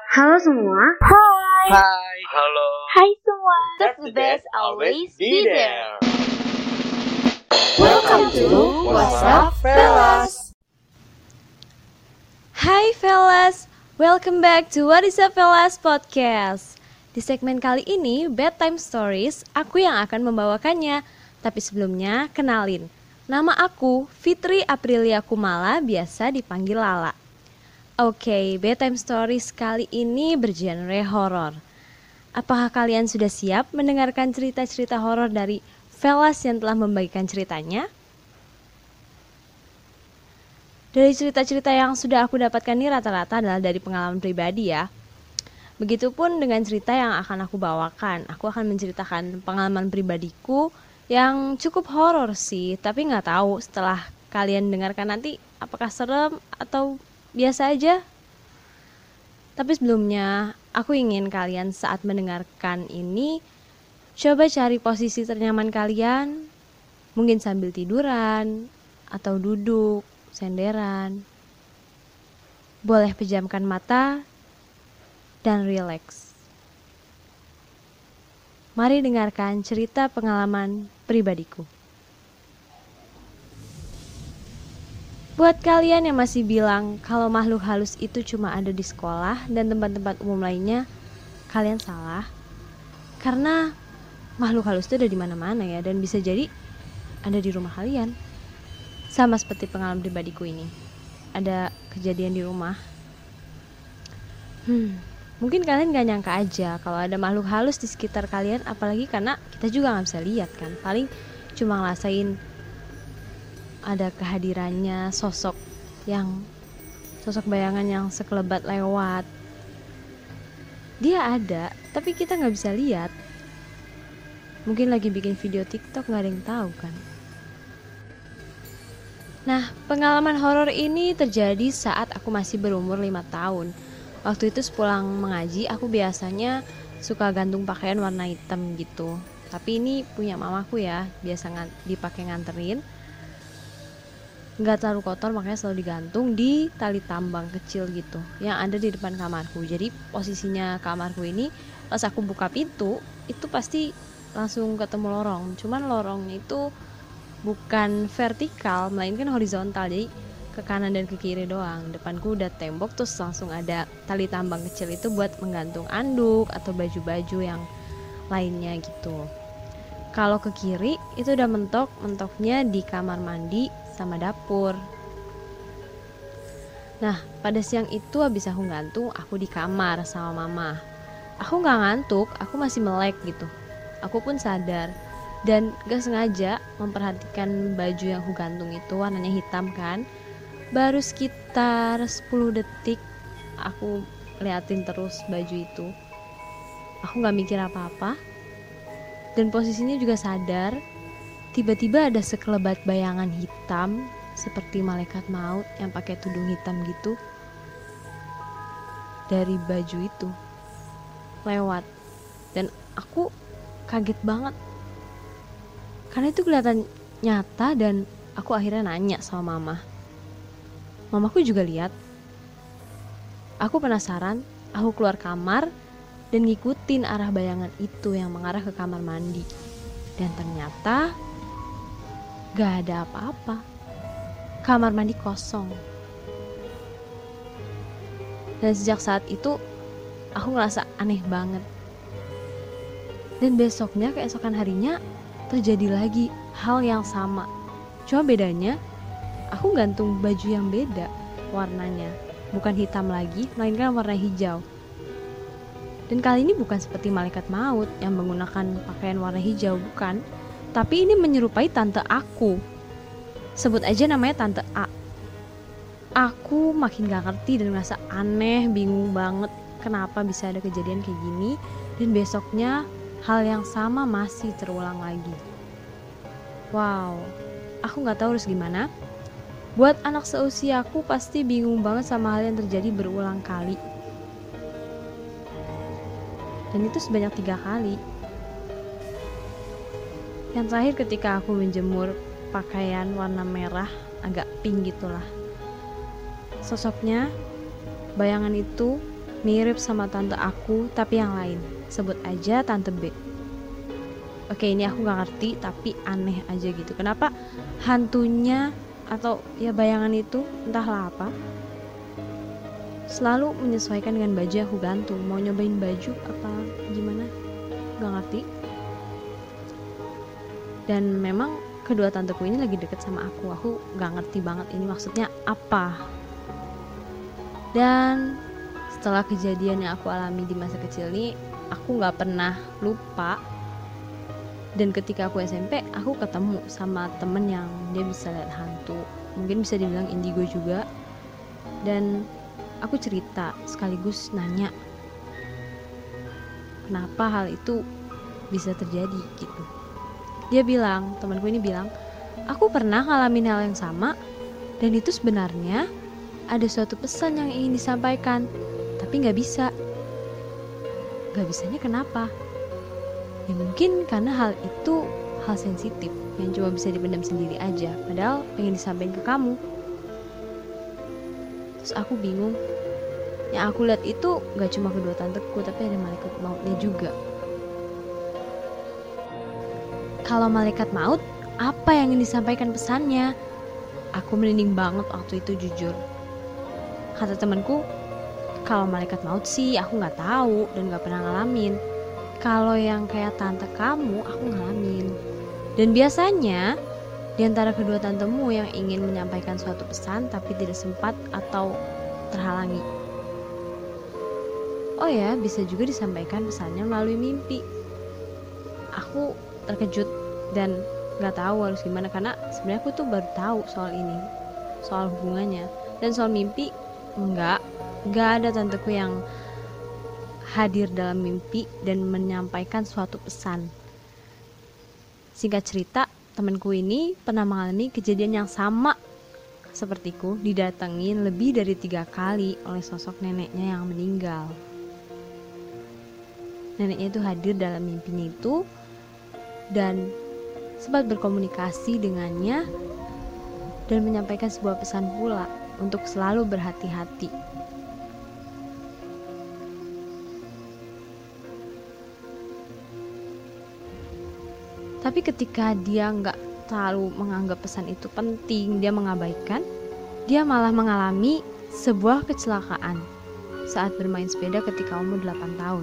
Halo semua. Hai. Hai. Halo. Hai semua. That's the best always be there. Welcome to What's Up Fellas. Hai Fellas, welcome back to What is Up Fellas Podcast. Di segmen kali ini, Bedtime Stories, aku yang akan membawakannya. Tapi sebelumnya, kenalin. Nama aku Fitri Aprilia Kumala, biasa dipanggil Lala. Oke, Bedtime Stories kali ini bergenre horor. Apakah kalian sudah siap mendengarkan cerita-cerita horor dari Fellas yang telah membagikan ceritanya? Dari cerita-cerita yang sudah aku dapatkan ini rata-rata adalah dari pengalaman pribadi ya. Begitupun dengan cerita yang akan aku bawakan. Aku akan menceritakan pengalaman pribadiku yang cukup horor sih. Tapi gak tahu setelah kalian dengarkan nanti apakah serem atau biasa aja. Tapi sebelumnya aku ingin kalian saat mendengarkan ini coba cari posisi ternyaman kalian. Mungkin sambil tiduran atau duduk senderan. Boleh pejamkan mata dan rileks. Mari dengarkan cerita pengalaman pribadiku. Buat kalian yang masih bilang kalau makhluk halus itu cuma ada di sekolah dan tempat-tempat umum lainnya, kalian salah. Karena makhluk halus itu ada di mana-mana ya, dan bisa jadi ada di rumah kalian. Sama seperti pengalaman pribadiku ini. Ada kejadian di rumah. Mungkin kalian gak nyangka aja kalau ada makhluk halus di sekitar kalian, apalagi karena kita juga gak bisa lihat kan. Paling cuma ngerasain ada kehadirannya sosok bayangan yang sekelebat lewat. Dia ada, tapi kita gak bisa lihat. Mungkin lagi bikin video TikTok, gak ada yang tahu kan. Nah, pengalaman horor ini terjadi saat aku masih berumur 5 tahun. Waktu itu sepulang mengaji, aku biasanya suka gantung pakaian warna hitam gitu. Tapi ini punya mamaku ya, biasa dipakai nganterin. Nggak terlalu kotor, makanya selalu digantung di tali tambang kecil gitu yang ada di depan kamarku. Jadi posisinya kamarku ini pas aku buka pintu itu pasti langsung ketemu lorong. Cuman lorongnya itu bukan vertikal melainkan horizontal, jadi ke kanan dan ke kiri doang. Depanku udah tembok, terus langsung ada tali tambang kecil itu buat menggantung anduk atau baju-baju yang lainnya gitu. Kalau ke kiri itu udah mentoknya di kamar mandi sama dapur. Nah, pada siang itu habis aku gantung, aku di kamar sama mama. Aku gak ngantuk, aku masih melek gitu. Aku pun sadar dan gak sengaja memperhatikan baju yang aku gantung itu warnanya hitam kan. Baru sekitar 10 detik aku liatin terus baju itu. Aku gak mikir apa-apa. Dan posisinya juga sadar. Tiba-tiba ada sekelebat bayangan hitam seperti malaikat maut yang pakai tudung hitam gitu dari baju itu lewat. Dan aku kaget banget karena itu kelihatan nyata. Dan aku akhirnya nanya sama mama. Mamaku juga lihat. Aku penasaran, aku keluar kamar dan ngikutin arah bayangan itu yang mengarah ke kamar mandi. Dan ternyata gak ada apa-apa. Kamar mandi kosong. Dan sejak saat itu aku ngerasa aneh banget. Dan besoknya, keesokan harinya terjadi lagi hal yang sama. Cuma bedanya aku gantung baju yang beda warnanya. Bukan hitam lagi, melainkan warna hijau. Dan kali ini bukan seperti malaikat maut yang menggunakan pakaian warna hijau, bukan. Tapi ini menyerupai tante aku. Sebut aja namanya Tante A. Aku makin gak ngerti dan merasa aneh, bingung banget kenapa bisa ada kejadian kayak gini. Dan besoknya hal yang sama masih terulang lagi. Wow, aku gak tahu harus gimana. Buat anak seusia aku pasti bingung banget sama hal yang terjadi berulang kali. Dan itu sebanyak 3 kali. Yang terakhir ketika aku menjemur pakaian warna merah agak pink gitulah. Sosoknya, bayangan itu mirip sama tante aku tapi yang lain. Sebut aja tante B. Oke, ini aku gak ngerti tapi aneh aja gitu. Kenapa hantunya atau ya bayangan itu entahlah apa selalu menyesuaikan dengan baju yang aku gantung. Mau nyobain baju apa gimana? Gak ngerti. Dan memang kedua tanteku ini lagi deket sama aku. Aku gak ngerti banget ini maksudnya apa. Dan setelah kejadian yang aku alami di masa kecil ini, aku gak pernah lupa. Dan ketika aku SMP, aku ketemu sama temen yang dia bisa lihat hantu. Mungkin bisa dibilang indigo juga. Dan aku cerita sekaligus nanya kenapa hal itu bisa terjadi gitu. Dia bilang, temanku ini bilang, aku pernah ngalamin hal yang sama dan itu sebenarnya ada suatu pesan yang ingin disampaikan, tapi gak bisa. Gak bisanya kenapa? Ya mungkin karena hal itu hal sensitif yang cuma bisa dipendam sendiri aja, padahal pengen disampaikan ke kamu. Terus aku bingung. Yang aku lihat itu gak cuma kedua tanteku, tapi ada malaikat mautnya juga. Kalau malaikat maut, apa yang ingin disampaikan pesannya? Aku merinding banget waktu itu jujur. Kata temanku, kalau malaikat maut sih aku gak tahu dan gak pernah ngalamin. Kalau yang kayak tante kamu, aku ngalamin. Dan biasanya di antara kedua tantemu yang ingin menyampaikan suatu pesan tapi tidak sempat atau terhalangi. Oh ya, bisa juga disampaikan pesannya melalui mimpi. Aku terkejut dan gak tahu harus gimana karena sebenarnya aku tuh baru tahu soal ini, soal hubungannya. Dan soal mimpi, gak ada tanteku yang hadir dalam mimpi dan menyampaikan suatu pesan. Singkat cerita, temanku ini pernah mengalami kejadian yang sama sepertiku, didatengin lebih dari 3 kali oleh sosok neneknya yang meninggal. Neneknya itu hadir dalam mimpinya itu dan sempat berkomunikasi dengannya dan menyampaikan sebuah pesan pula untuk selalu berhati-hati. Tapi ketika dia nggak terlalu menganggap pesan itu penting, dia mengabaikan, dia malah mengalami sebuah kecelakaan saat bermain sepeda ketika umur 8 tahun.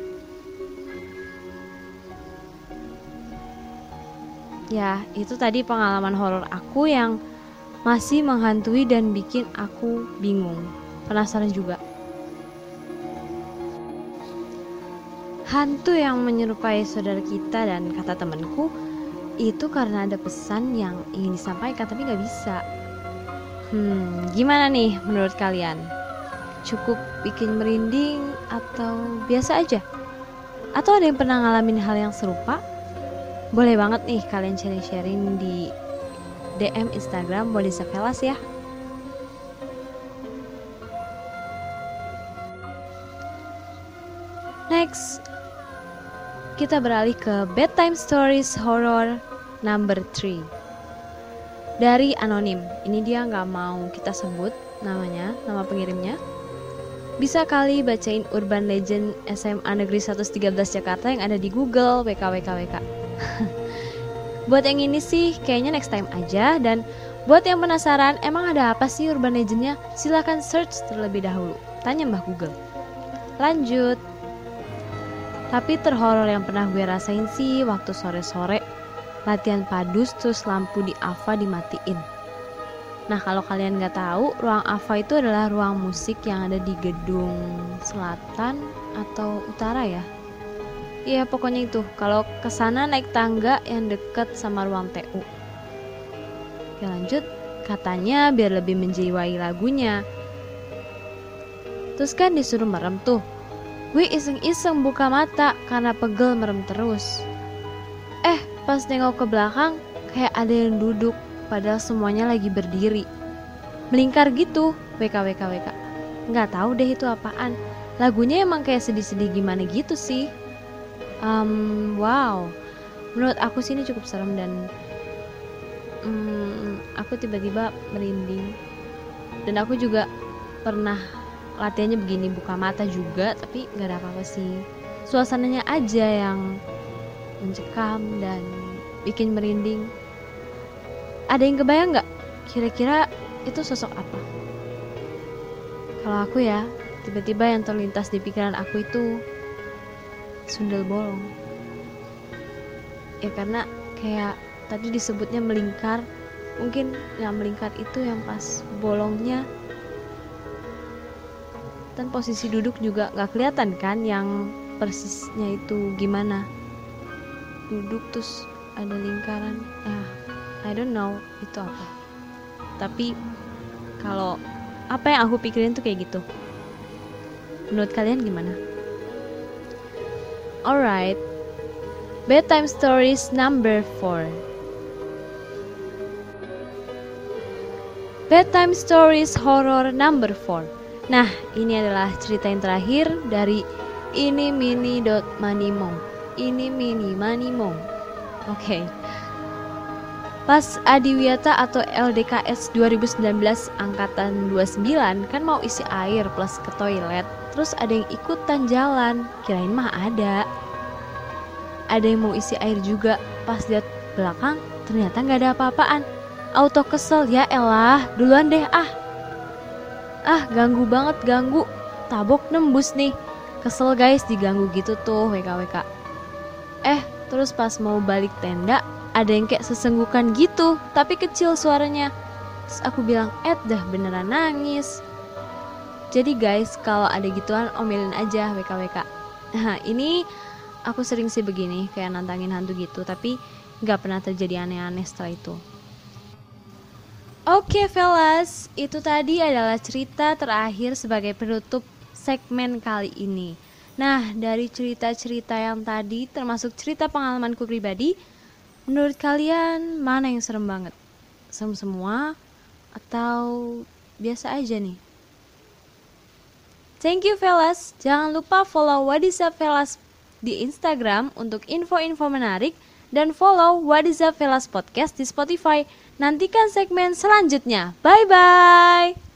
Ya, itu tadi pengalaman horor aku yang masih menghantui dan bikin aku bingung. Penasaran juga. Hantu yang menyerupai saudara kita dan kata temanku itu karena ada pesan yang ingin disampaikan tapi gak bisa. Gimana nih menurut kalian? Cukup bikin merinding atau biasa aja? Atau ada yang pernah ngalamin hal yang serupa? Boleh banget nih kalian sharing-sharing di DM Instagram Bodisa Velas ya. Next, kita beralih ke Bedtime Stories Horror number 3 dari Anonim. Ini dia gak mau kita sebut namanya, nama pengirimnya. Bisa kali bacain Urban Legend SMA Negeri 113 Jakarta yang ada di Google, WKWKWK. Buat yang ini sih kayaknya next time aja. Dan buat yang penasaran emang ada apa sih Urban Legendnya, silahkan search terlebih dahulu, tanya Mbah Google. Lanjut. Tapi terhoror yang pernah gue rasain sih waktu sore-sore latihan padus terus lampu di AVA dimatiin. Nah, kalau kalian gak tahu, ruang AVA itu adalah ruang musik yang ada di gedung selatan atau utara ya. Iya, pokoknya itu. Kalau kesana naik tangga yang deket sama ruang TU. Oke, lanjut. Katanya biar lebih menjiwai lagunya. Terus kan disuruh merem tuh. Gue iseng-iseng buka mata karena pegel merem terus. Pas nengok ke belakang kayak ada yang duduk, padahal semuanya lagi berdiri. Melingkar gitu, WKWKWK. Nggak tahu deh itu apaan. Lagunya emang kayak sedih-sedih gimana gitu sih. Wow, menurut aku sih ini cukup serem dan aku tiba-tiba merinding. Dan aku juga pernah latihannya begini, buka mata juga, tapi gak ada apa-apa sih. Suasananya aja yang mencekam dan bikin merinding. Ada yang kebayang gak kira-kira itu sosok apa? Kalau aku ya, tiba-tiba yang terlintas di pikiran aku itu sundel bolong. Ya karena kayak tadi disebutnya melingkar, mungkin yang melingkar itu yang pas bolongnya. Dan posisi duduk juga gak kelihatan kan yang persisnya itu gimana. Duduk terus ada lingkaran, I don't know itu apa. Tapi kalau apa yang aku pikirin tuh kayak gitu. Menurut kalian gimana? Alright, bedtime stories number 4. Bedtime stories horror number 4. Nah, ini adalah cerita yang terakhir dari inimini.manimong. Inimini-manimong. Oke. Pas Adiwiyata atau LDKS 2019 angkatan 29 kan mau isi air plus ke toilet. Terus ada yang ikutan jalan, kirain mah ada. Ada yang mau isi air juga, pas lihat belakang ternyata gak ada apa-apaan. Auto kesel, ya elah, duluan deh ganggu banget, ganggu. Tabok nembus nih. Kesel guys diganggu gitu tuh WKWK. Terus pas mau balik tenda, ada yang kayak sesenggukan gitu, tapi kecil suaranya. Terus aku bilang, dah beneran nangis. Jadi guys, kalau ada gituan omelin aja WKWK. Nah ini aku sering sih begini, kayak nantangin hantu gitu, tapi gak pernah terjadi aneh-aneh setelah itu. Oke fellas, itu tadi adalah cerita terakhir sebagai penutup segmen kali ini. Nah, dari cerita-cerita yang tadi, termasuk cerita pengalamanku pribadi, menurut kalian mana yang serem banget? Serem semua? Atau biasa aja nih? Thank you fellas, jangan lupa follow What is Up Fellas di Instagram untuk info-info menarik, dan follow What is Up Fellas Podcast di Spotify. Nantikan segmen selanjutnya. Bye-bye!